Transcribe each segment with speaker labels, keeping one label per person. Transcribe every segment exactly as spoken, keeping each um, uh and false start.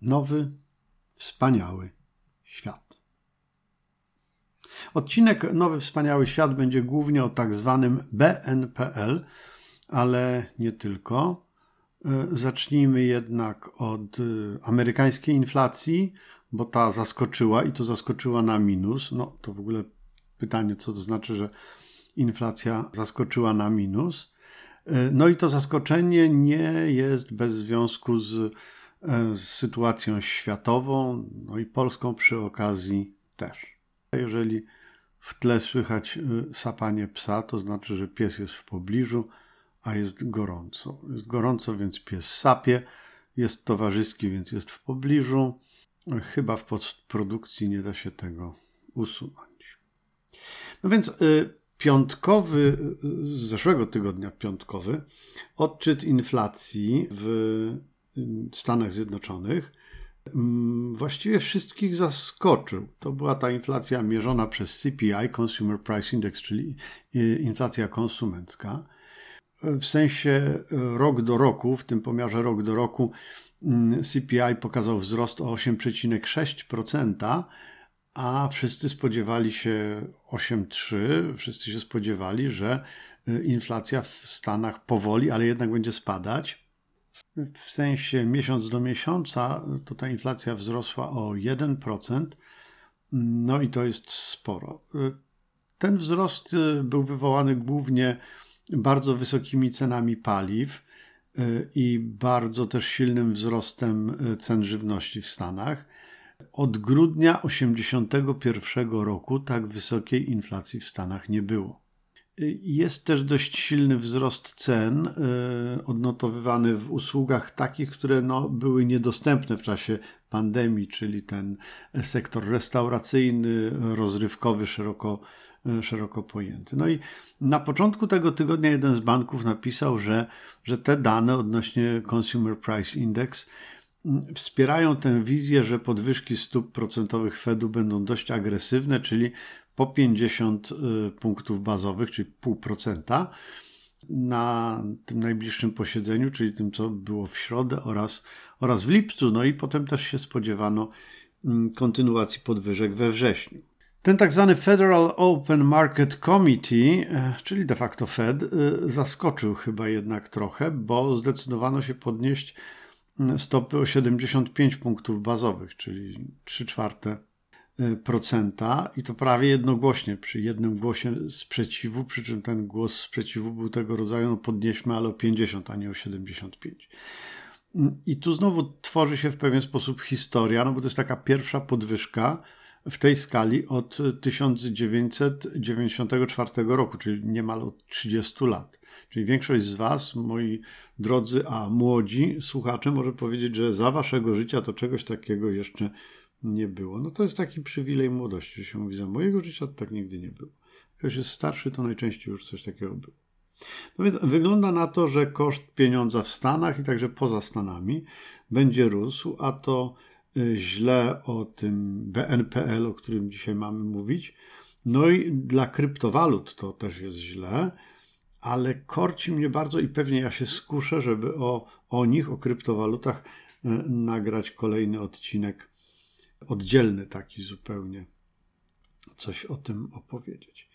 Speaker 1: Nowy, wspaniały świat. Odcinek Nowy, wspaniały świat będzie głównie o tak zwanym B N P L, ale nie tylko. Zacznijmy jednak od amerykańskiej inflacji, bo ta zaskoczyła i to zaskoczyła na minus. No to w ogóle pytanie, co to znaczy, że inflacja zaskoczyła na minus. No i to zaskoczenie nie jest bez związku z, z sytuacją światową, no i polską przy okazji też. Jeżeli w tle słychać sapanie psa, to znaczy, że pies jest w pobliżu, a jest gorąco. Jest gorąco, więc pies sapie, jest towarzyski, więc jest w pobliżu. Chyba w postprodukcji nie da się tego usunąć. No więc y, piątkowy, z zeszłego tygodnia piątkowy, odczyt inflacji w Stanach Zjednoczonych właściwie wszystkich zaskoczył. To była ta inflacja mierzona przez C P I, Consumer Price Index, czyli inflacja konsumencka. W sensie rok do roku, w tym pomiarze rok do roku, C P I pokazał wzrost o osiem przecinek sześć procent, a wszyscy spodziewali się osiem przecinek trzy procent. Wszyscy się spodziewali, że inflacja w Stanach powoli, ale jednak będzie spadać. W sensie miesiąc do miesiąca to ta inflacja wzrosła o jeden procent. No i to jest sporo. Ten wzrost był wywołany głównie bardzo wysokimi cenami paliw i bardzo też silnym wzrostem cen żywności w Stanach. Od grudnia tysiąc dziewięćset osiemdziesiątego pierwszego roku tak wysokiej inflacji w Stanach nie było. Jest też dość silny wzrost cen odnotowywany w usługach takich, które no, były niedostępne w czasie pandemii, czyli ten sektor restauracyjny, rozrywkowy, szeroko szeroko pojęty. No i na początku tego tygodnia jeden z banków napisał, że, że te dane odnośnie Consumer Price Index wspierają tę wizję, że podwyżki stóp procentowych Fedu będą dość agresywne, czyli po pięćdziesiąt punktów bazowych, czyli pół procenta na tym najbliższym posiedzeniu, czyli tym, co było w środę oraz, oraz w lipcu. No i potem też się spodziewano kontynuacji podwyżek we wrześniu. Ten tak zwany Federal Open Market Committee, czyli de facto Fed, zaskoczył chyba jednak trochę, bo zdecydowano się podnieść stopy o siedemdziesiąt pięć punktów bazowych, czyli trzy czwarte procenta i to prawie jednogłośnie, przy jednym głosie sprzeciwu, przy czym ten głos sprzeciwu był tego rodzaju, no podnieśmy, ale o pięćdziesiąt, a nie o siedemdziesiąt pięć. I tu znowu tworzy się w pewien sposób historia, no bo to jest taka pierwsza podwyżka w tej skali od tysiąc dziewięćset dziewięćdziesiątego czwartego roku, czyli niemal od trzydziestu lat. Czyli większość z was, moi drodzy, a młodzi słuchacze, może powiedzieć, że za waszego życia to czegoś takiego jeszcze nie było. No to jest taki przywilej młodości, że się mówi, za mojego życia to tak nigdy nie było. Jak ktoś jest starszy, to najczęściej już coś takiego było. No więc wygląda na to, że koszt pieniądza w Stanach i także poza Stanami będzie rósł, a to źle o tym B N P L, o którym dzisiaj mamy mówić. No i dla kryptowalut to też jest źle, ale korci mnie bardzo i pewnie ja się skuszę, żeby o, o nich, o kryptowalutach nagrać kolejny odcinek oddzielny, taki zupełnie coś o tym opowiedzieć.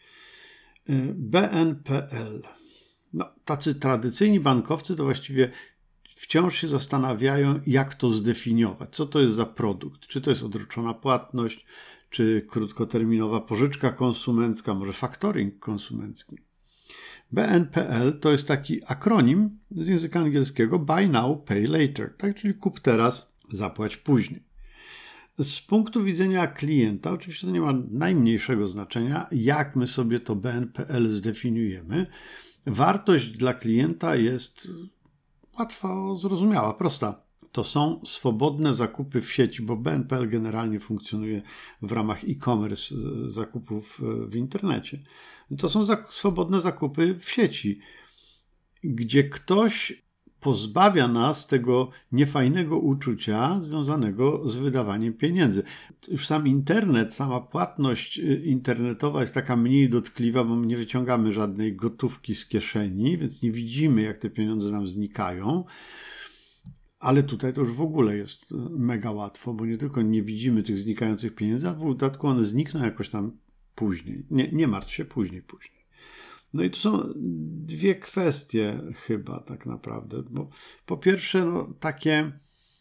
Speaker 1: B N P L. No, tacy tradycyjni bankowcy to właściwie wciąż się zastanawiają, jak to zdefiniować. Co to jest za produkt? Czy to jest odroczona płatność, czy krótkoterminowa pożyczka konsumencka, może faktoring konsumencki. B N P L to jest taki akronim z języka angielskiego Buy Now, Pay Later, tak? Czyli kup teraz, zapłać później. Z punktu widzenia klienta, oczywiście to nie ma najmniejszego znaczenia, jak my sobie to B N P L zdefiniujemy. Wartość dla klienta jest łatwa, zrozumiała, prosta. To są swobodne zakupy w sieci, bo B N P L generalnie funkcjonuje w ramach e-commerce zakupów w internecie. To są zak- swobodne zakupy w sieci, gdzie ktoś pozbawia nas tego niefajnego uczucia związanego z wydawaniem pieniędzy. Już sam internet, sama płatność internetowa jest taka mniej dotkliwa, bo my nie wyciągamy żadnej gotówki z kieszeni, więc nie widzimy, jak te pieniądze nam znikają. Ale tutaj to już w ogóle jest mega łatwo, bo nie tylko nie widzimy tych znikających pieniędzy, ale w dodatku one znikną jakoś tam później. Nie, nie martw się, później, później. No i tu są dwie kwestie chyba tak naprawdę, bo po pierwsze no, takie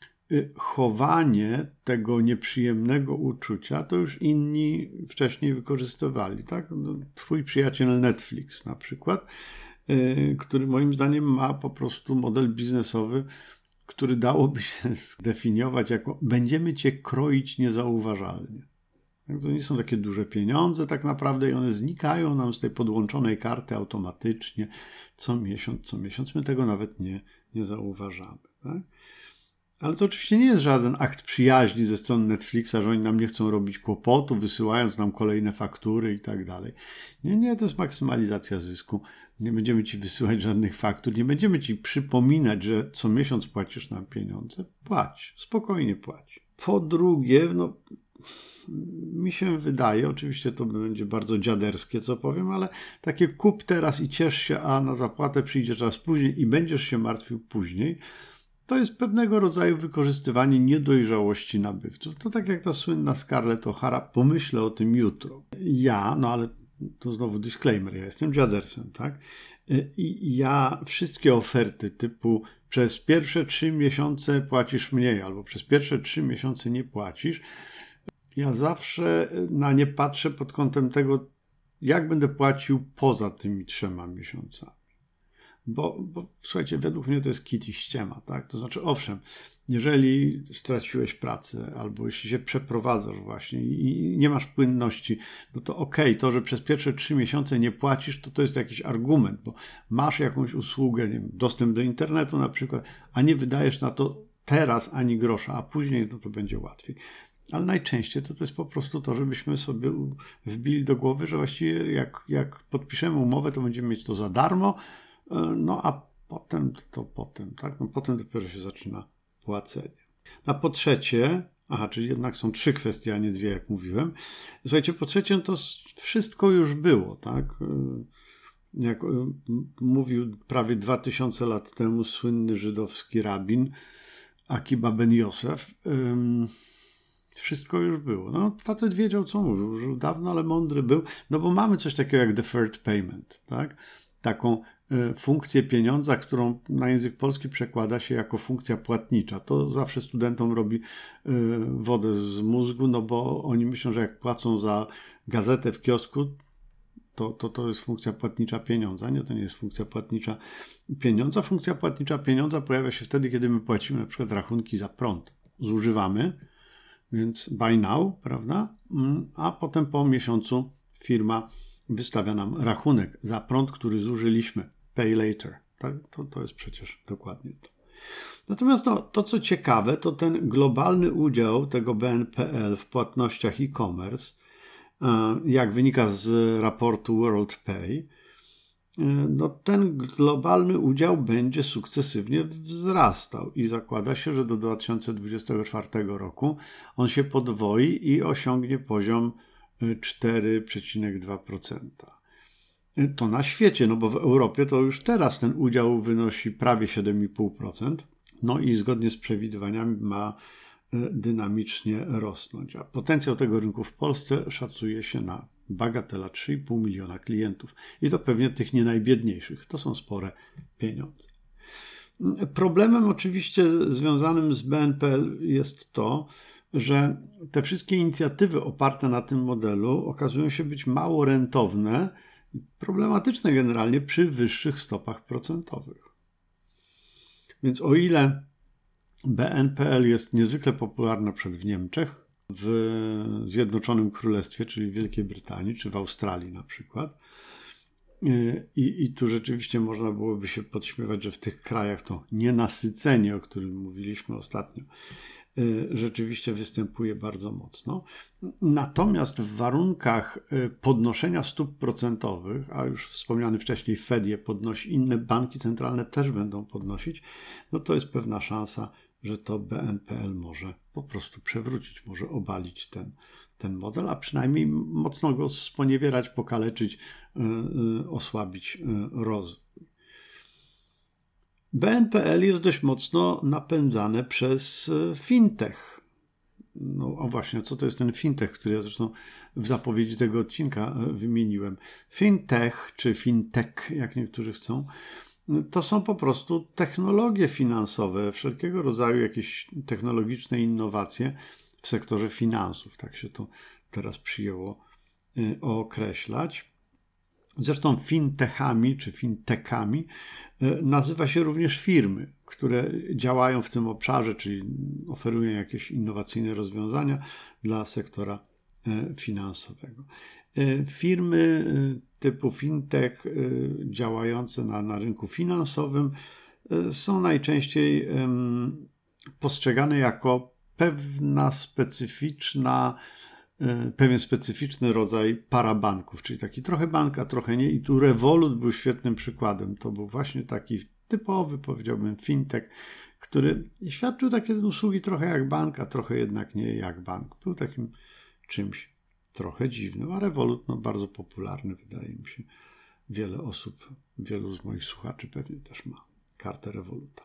Speaker 1: chowanie tego nieprzyjemnego uczucia to już inni wcześniej wykorzystywali, tak? No, twój przyjaciel Netflix na przykład, yy, który moim zdaniem ma po prostu model biznesowy, który dałoby się zdefiniować jako będziemy cię kroić niezauważalnie. To nie są takie duże pieniądze tak naprawdę i one znikają nam z tej podłączonej karty automatycznie co miesiąc, co miesiąc. My tego nawet nie, nie zauważamy. Tak? Ale to oczywiście nie jest żaden akt przyjaźni ze strony Netflixa, że oni nam nie chcą robić kłopotu, wysyłając nam kolejne faktury i tak dalej. Nie, nie, to jest maksymalizacja zysku. Nie będziemy ci wysyłać żadnych faktur, nie będziemy ci przypominać, że co miesiąc płacisz nam pieniądze. Płać, spokojnie płać. Po drugie, no... mi się wydaje, oczywiście to będzie bardzo dziaderskie, co powiem, ale takie kup teraz i ciesz się, a na zapłatę przyjdzie czas później i będziesz się martwił później, to jest pewnego rodzaju wykorzystywanie niedojrzałości nabywców. To tak jak ta słynna Scarlett O'Hara, pomyślę o tym jutro. Ja, no ale to znowu disclaimer, ja jestem dziadersem, tak? I ja wszystkie oferty typu przez pierwsze trzy miesiące płacisz mniej albo przez pierwsze trzy miesiące nie płacisz, ja zawsze na nie patrzę pod kątem tego, jak będę płacił poza tymi trzema miesiącami. Bo, bo słuchajcie, według mnie to jest kit i ściema, tak? To znaczy, owszem, jeżeli straciłeś pracę albo jeśli się przeprowadzasz właśnie i nie masz płynności, no to okej, okay, to, że przez pierwsze trzy miesiące nie płacisz, to to jest jakiś argument, bo masz jakąś usługę, nie wiem, dostęp do internetu na przykład, a nie wydajesz na to teraz ani grosza, a później no to będzie łatwiej. Ale najczęściej to, to jest po prostu to, żebyśmy sobie wbili do głowy, że właściwie jak, jak podpiszemy umowę, to będziemy mieć to za darmo, no a potem to, to potem, tak? No potem dopiero się zaczyna płacenie. A po trzecie, aha, czyli jednak są trzy kwestie, a nie dwie, jak mówiłem. Słuchajcie, po trzecie, to wszystko już było, tak? Jak mówił prawie dwa tysiące lat temu słynny żydowski rabin Akiba ben Josef, wszystko już było. No, facet wiedział, co mówił. Żył dawno, ale mądry był. No bo mamy coś takiego jak deferred payment, tak? Taką y, funkcję pieniądza, którą na język polski przekłada się jako funkcja płatnicza. To zawsze studentom robi y, wodę z mózgu, no bo oni myślą, że jak płacą za gazetę w kiosku, to, to, to jest funkcja płatnicza pieniądza. Nie, to nie jest funkcja płatnicza pieniądza. Funkcja płatnicza pieniądza pojawia się wtedy, kiedy my płacimy na przykład rachunki za prąd. Zużywamy, więc buy now, prawda? A potem po miesiącu firma wystawia nam rachunek za prąd, który zużyliśmy. Pay later. Tak? To, to jest przecież dokładnie to. Natomiast no, to, co ciekawe, to ten globalny udział tego B N P L w płatnościach e-commerce, jak wynika z raportu World Pay, no ten globalny udział będzie sukcesywnie wzrastał i zakłada się, że do dwa tysiące dwudziestego czwartego roku on się podwoi i osiągnie poziom cztery przecinek dwa procent. To na świecie, no bo w Europie to już teraz ten udział wynosi prawie siedem i pół procent, no i zgodnie z przewidywaniami ma dynamicznie rosnąć, a potencjał tego rynku w Polsce szacuje się na bagatela trzy i pół miliona klientów. I to pewnie tych nie najbiedniejszych. To są spore pieniądze. Problemem oczywiście związanym z B N P L jest to, że te wszystkie inicjatywy oparte na tym modelu okazują się być mało rentowne i problematyczne generalnie przy wyższych stopach procentowych. Więc o ile B N P L jest niezwykle popularny przed w Niemczech, w Zjednoczonym Królestwie, czyli w Wielkiej Brytanii, czy w Australii na przykład. I, I tu rzeczywiście można byłoby się podśmiewać, że w tych krajach to nienasycenie, o którym mówiliśmy ostatnio, rzeczywiście występuje bardzo mocno. Natomiast w warunkach podnoszenia stóp procentowych, a już wspomniany wcześniej Fed je podnosi, inne banki centralne też będą podnosić, no to jest pewna szansa, że to B N P L może po prostu przewrócić, może obalić ten, ten model, a przynajmniej mocno go sponiewierać, pokaleczyć, yy, yy, osłabić yy, rozwój. B N P L jest dość mocno napędzane przez fintech. No a właśnie, co to jest ten fintech, który ja zresztą w zapowiedzi tego odcinka wymieniłem. Fintech, czy fintech, jak niektórzy chcą, to są po prostu technologie finansowe, wszelkiego rodzaju jakieś technologiczne innowacje w sektorze finansów. Tak się to teraz przyjęło określać. Zresztą fintechami czy fintechami nazywa się również firmy, które działają w tym obszarze, czyli oferują jakieś innowacyjne rozwiązania dla sektora finansowego. Firmy typu fintech działające na, na rynku finansowym są najczęściej postrzegane jako pewna specyficzna pewien specyficzny rodzaj parabanków, czyli taki trochę bank, a trochę nie. I tu Revolut był świetnym przykładem. To był właśnie taki typowy, powiedziałbym, fintech, który świadczył takie usługi trochę jak bank, a trochę jednak nie jak bank. Był takim czymś trochę dziwnym, a Revolut no, bardzo popularny, wydaje mi się. Wiele osób, wielu z moich słuchaczy pewnie też ma kartę Revoluta.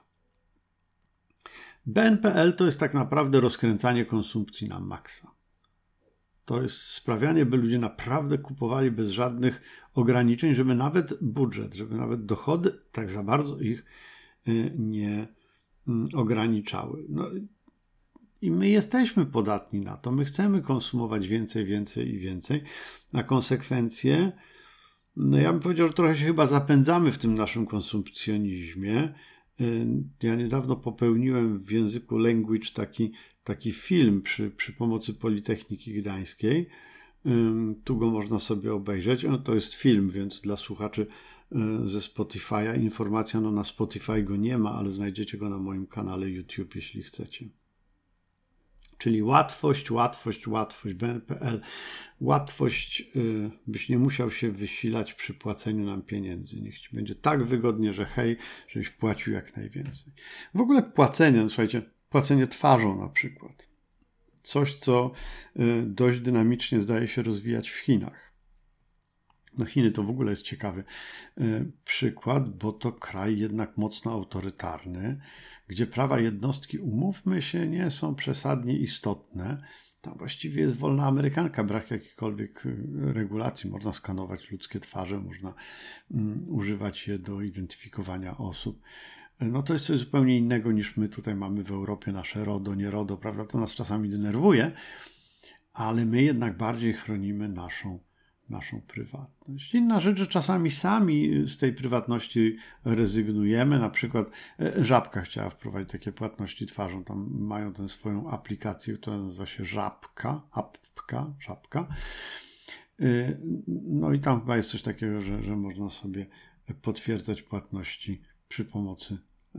Speaker 1: B N P L to jest tak naprawdę rozkręcanie konsumpcji na maksa. To jest sprawianie, by ludzie naprawdę kupowali bez żadnych ograniczeń, żeby nawet budżet, żeby nawet dochody tak za bardzo ich nie ograniczały. No, i my jesteśmy podatni na to. My chcemy konsumować więcej, więcej i więcej. Na konsekwencje, no ja bym powiedział, że trochę się chyba zapędzamy w tym naszym konsumpcjonizmie. Ja niedawno popełniłem w języku language taki, taki film przy, przy pomocy Politechniki Gdańskiej. Tu go można sobie obejrzeć. No, to jest film, więc dla słuchaczy ze Spotify'a informacja, no na Spotify go nie ma, ale znajdziecie go na moim kanale YouTube, jeśli chcecie. Czyli łatwość, łatwość, łatwość, B N P L. Łatwość, byś nie musiał się wysilać przy płaceniu nam pieniędzy. Niech ci będzie tak wygodnie, że hej, żebyś płacił jak najwięcej. W ogóle płacenie, no słuchajcie, płacenie twarzą na przykład. Coś, co dość dynamicznie zdaje się rozwijać w Chinach. No Chiny to w ogóle jest ciekawy przykład, bo to kraj jednak mocno autorytarny, gdzie prawa jednostki, umówmy się, nie są przesadnie istotne. Tam właściwie jest wolna amerykanka, brak jakichkolwiek regulacji. Można skanować ludzkie twarze, można um, używać je do identyfikowania osób. No to jest coś zupełnie innego niż my tutaj mamy w Europie, nasze RODO, nie RODO, prawda? To nas czasami denerwuje, ale my jednak bardziej chronimy naszą naszą prywatność. Inna rzecz, że czasami sami z tej prywatności rezygnujemy. Na przykład Żabka chciała wprowadzić takie płatności twarzą. Tam mają tę swoją aplikację, która nazywa się Żabka, apka, Żabka. No i tam chyba jest coś takiego, że, że można sobie potwierdzać płatności przy pomocy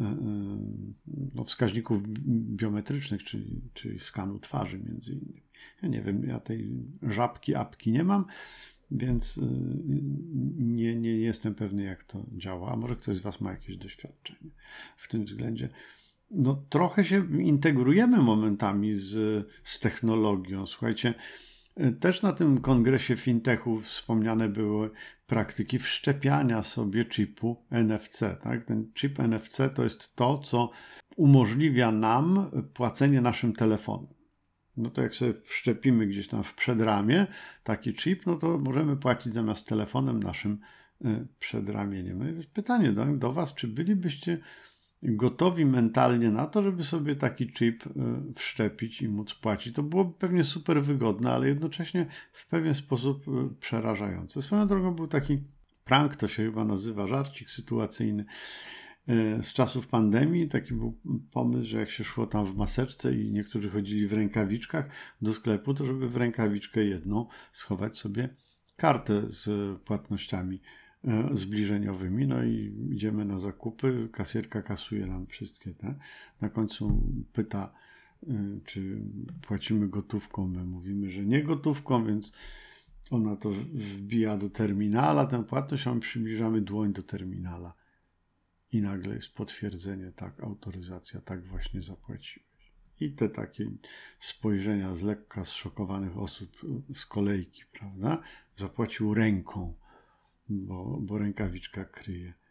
Speaker 1: no, wskaźników biometrycznych, czyli, czyli skanu twarzy między innymi. Ja nie wiem, ja tej Żabki, apki nie mam, więc nie, nie jestem pewny, jak to działa. A może ktoś z was ma jakieś doświadczenie w tym względzie. No trochę się integrujemy momentami z, z technologią. Słuchajcie, też na tym kongresie fintechu wspomniane były praktyki wszczepiania sobie chipu N F C. Tak? Ten chip N F C to jest to, co umożliwia nam płacenie naszym telefonem. No to jak sobie wszczepimy gdzieś tam w przedramię taki chip, no to możemy płacić zamiast telefonem naszym przedramieniem. No i to jest pytanie do, do was, czy bylibyście gotowi mentalnie na to, żeby sobie taki chip wszczepić i móc płacić. To byłoby pewnie super wygodne, ale jednocześnie w pewien sposób przerażające. Swoją drogą był taki prank, to się chyba nazywa żarcik sytuacyjny z czasów pandemii. Taki był pomysł, że jak się szło tam w maseczce i niektórzy chodzili w rękawiczkach do sklepu, to żeby w rękawiczkę jedną schować sobie kartę z płatnościami zbliżeniowymi, no i idziemy na zakupy, kasjerka kasuje nam wszystkie te. Na końcu pyta, czy płacimy gotówką. My mówimy, że nie gotówką, więc ona to wbija do terminala, tę płatność, a my przybliżamy dłoń do terminala i nagle jest potwierdzenie, tak, autoryzacja, tak właśnie zapłaciłeś. I te takie spojrzenia z lekka zszokowanych osób z kolejki, prawda? Zapłacił ręką, Bo, bo rękawiczka kryje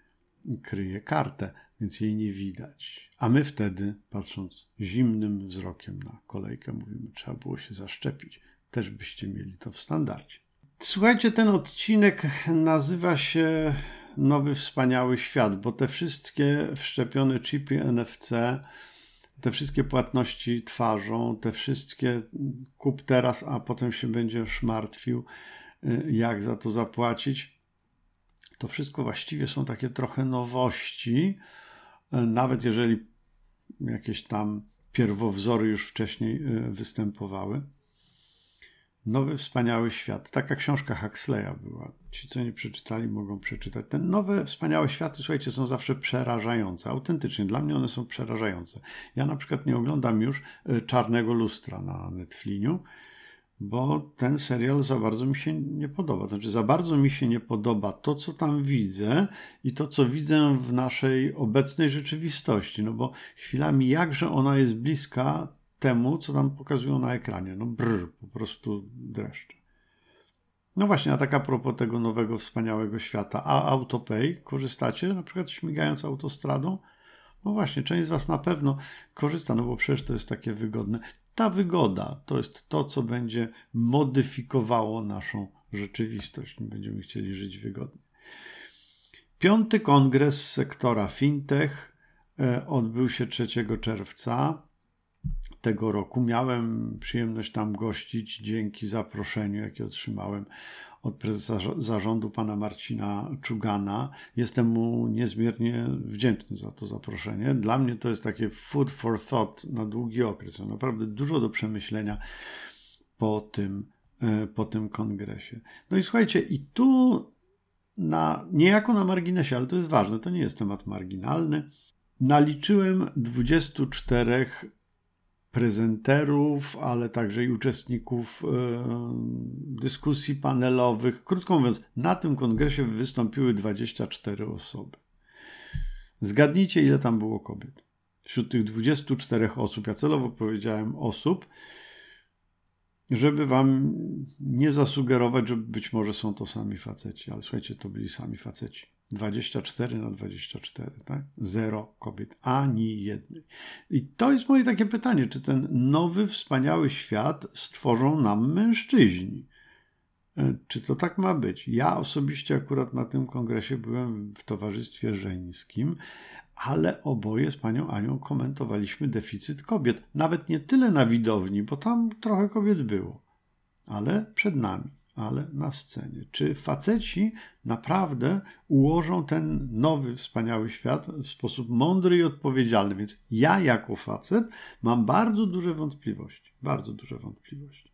Speaker 1: kryje kartę, więc jej nie widać. A my wtedy, patrząc zimnym wzrokiem na kolejkę, mówimy, trzeba było się zaszczepić. Też byście mieli to w standardzie. Słuchajcie, ten odcinek nazywa się Nowy Wspaniały Świat, bo te wszystkie wszczepione chipy N F C, te wszystkie płatności twarzą, te wszystkie kup teraz, a potem się będziesz martwił, jak za to zapłacić, to wszystko właściwie są takie trochę nowości, nawet jeżeli jakieś tam pierwowzory już wcześniej występowały. Nowy Wspaniały Świat. Taka książka Huxleya była. Ci, co nie przeczytali, mogą przeczytać. Te nowe Wspaniałe Światy, słuchajcie, są zawsze przerażające. Autentycznie, dla mnie one są przerażające. Ja na przykład nie oglądam już Czarnego Lustra na Netflixie, bo ten serial za bardzo mi się nie podoba. Znaczy, za bardzo mi się nie podoba to, co tam widzę i to, co widzę w naszej obecnej rzeczywistości. No bo chwilami jakże ona jest bliska temu, co tam pokazują na ekranie. No brr, po prostu dreszcze. No właśnie, a tak a propos tego nowego, wspaniałego świata. A Autopay korzystacie, na przykład śmigając autostradą? No właśnie, część z was na pewno korzysta, no bo przecież to jest takie wygodne. Ta wygoda to jest to, co będzie modyfikowało naszą rzeczywistość. Będziemy chcieli żyć wygodnie. Piąty kongres sektora fintech odbył się trzeciego czerwca tego roku. Miałem przyjemność tam gościć dzięki zaproszeniu, jakie otrzymałem od prezesa zarządu pana Marcina Czugana. Jestem mu niezmiernie wdzięczny za to zaproszenie. Dla mnie to jest takie food for thought na długi okres. Naprawdę dużo do przemyślenia po tym, po tym kongresie. No i słuchajcie, i tu na, niejako na marginesie, ale to jest ważne, to nie jest temat marginalny, naliczyłem dwudziestu czterech prezenterów, ale także i uczestników e, dyskusji panelowych. Krótko mówiąc, na tym kongresie wystąpiły dwadzieścia cztery osoby. Zgadnijcie, ile tam było kobiet. Wśród tych dwudziestu czterech osób, ja celowo powiedziałem osób, żeby wam nie zasugerować, że być może są to sami faceci, ale słuchajcie, to byli sami faceci. dwadzieścia cztery na dwadzieścia cztery, tak? Zero kobiet, ani jednej. I to jest moje takie pytanie, czy ten nowy, wspaniały świat stworzą nam mężczyźni? Czy to tak ma być? Ja osobiście akurat na tym kongresie byłem w towarzystwie żeńskim, ale oboje z panią Anią komentowaliśmy deficyt kobiet. Nawet nie tyle na widowni, bo tam trochę kobiet było, ale przed nami. Ale na scenie. Czy faceci naprawdę ułożą ten nowy, wspaniały świat w sposób mądry i odpowiedzialny? Więc ja jako facet mam bardzo duże wątpliwości. Bardzo duże wątpliwości.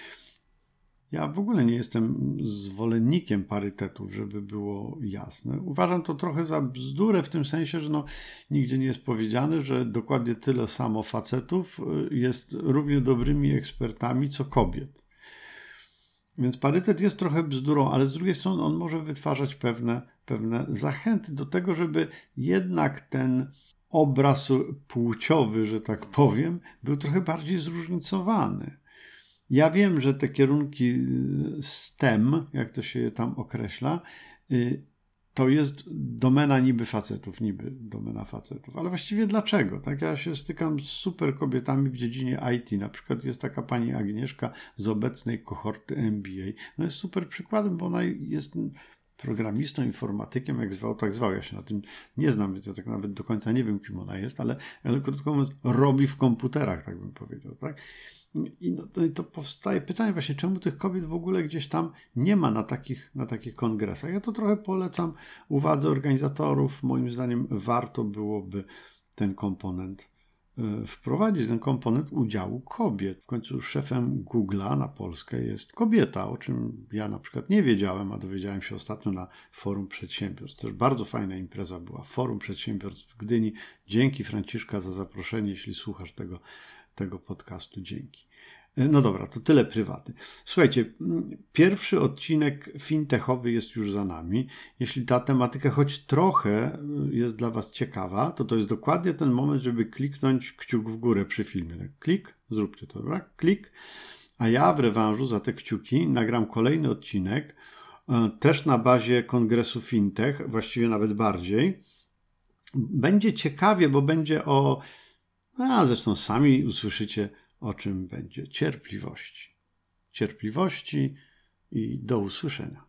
Speaker 1: Ja w ogóle nie jestem zwolennikiem parytetów, żeby było jasne. Uważam to trochę za bzdurę w tym sensie, że no, nigdzie nie jest powiedziane, że dokładnie tyle samo facetów jest równie dobrymi ekspertami, co kobiet. Więc parytet jest trochę bzdurą, ale z drugiej strony on może wytwarzać pewne, pewne zachęty do tego, żeby jednak ten obraz płciowy, że tak powiem, był trochę bardziej zróżnicowany. Ja wiem, że te kierunki S T E M, jak to się tam określa, to jest domena niby facetów, niby domena facetów. Ale właściwie dlaczego? Tak, ja się stykam z super kobietami w dziedzinie I T. Na przykład jest taka pani Agnieszka z obecnej kohorty M B A. No jest super przykładem, bo ona jest programistą, informatykiem, jak zwał, tak zwał. Ja się na tym nie znam, więc ja tak nawet do końca nie wiem, kim ona jest, ale, ale krótko mówiąc, robi w komputerach, tak bym powiedział, tak? I no, to, to powstaje pytanie właśnie, czemu tych kobiet w ogóle gdzieś tam nie ma na takich, na takich kongresach. Ja to trochę polecam uwadze organizatorów. Moim zdaniem warto byłoby ten komponent y, wprowadzić, ten komponent udziału kobiet. W końcu szefem Google'a na Polskę jest kobieta, o czym ja na przykład nie wiedziałem, a dowiedziałem się ostatnio na Forum Przedsiębiorstw. Też bardzo fajna impreza była. Forum Przedsiębiorstw w Gdyni. Dzięki, Franciszka, za zaproszenie, jeśli słuchasz tego tego podcastu. Dzięki. No dobra, to tyle prywaty. Słuchajcie, pierwszy odcinek fintechowy jest już za nami. Jeśli ta tematyka choć trochę jest dla was ciekawa, to to jest dokładnie ten moment, żeby kliknąć kciuk w górę przy filmie. Klik, zróbcie to, dobra? Klik. A ja w rewanżu za te kciuki nagram kolejny odcinek, też na bazie kongresu fintech, właściwie nawet bardziej, Będzie ciekawie, bo będzie o... A zresztą sami usłyszycie, o czym będzie. Cierpliwości. Cierpliwości i do usłyszenia.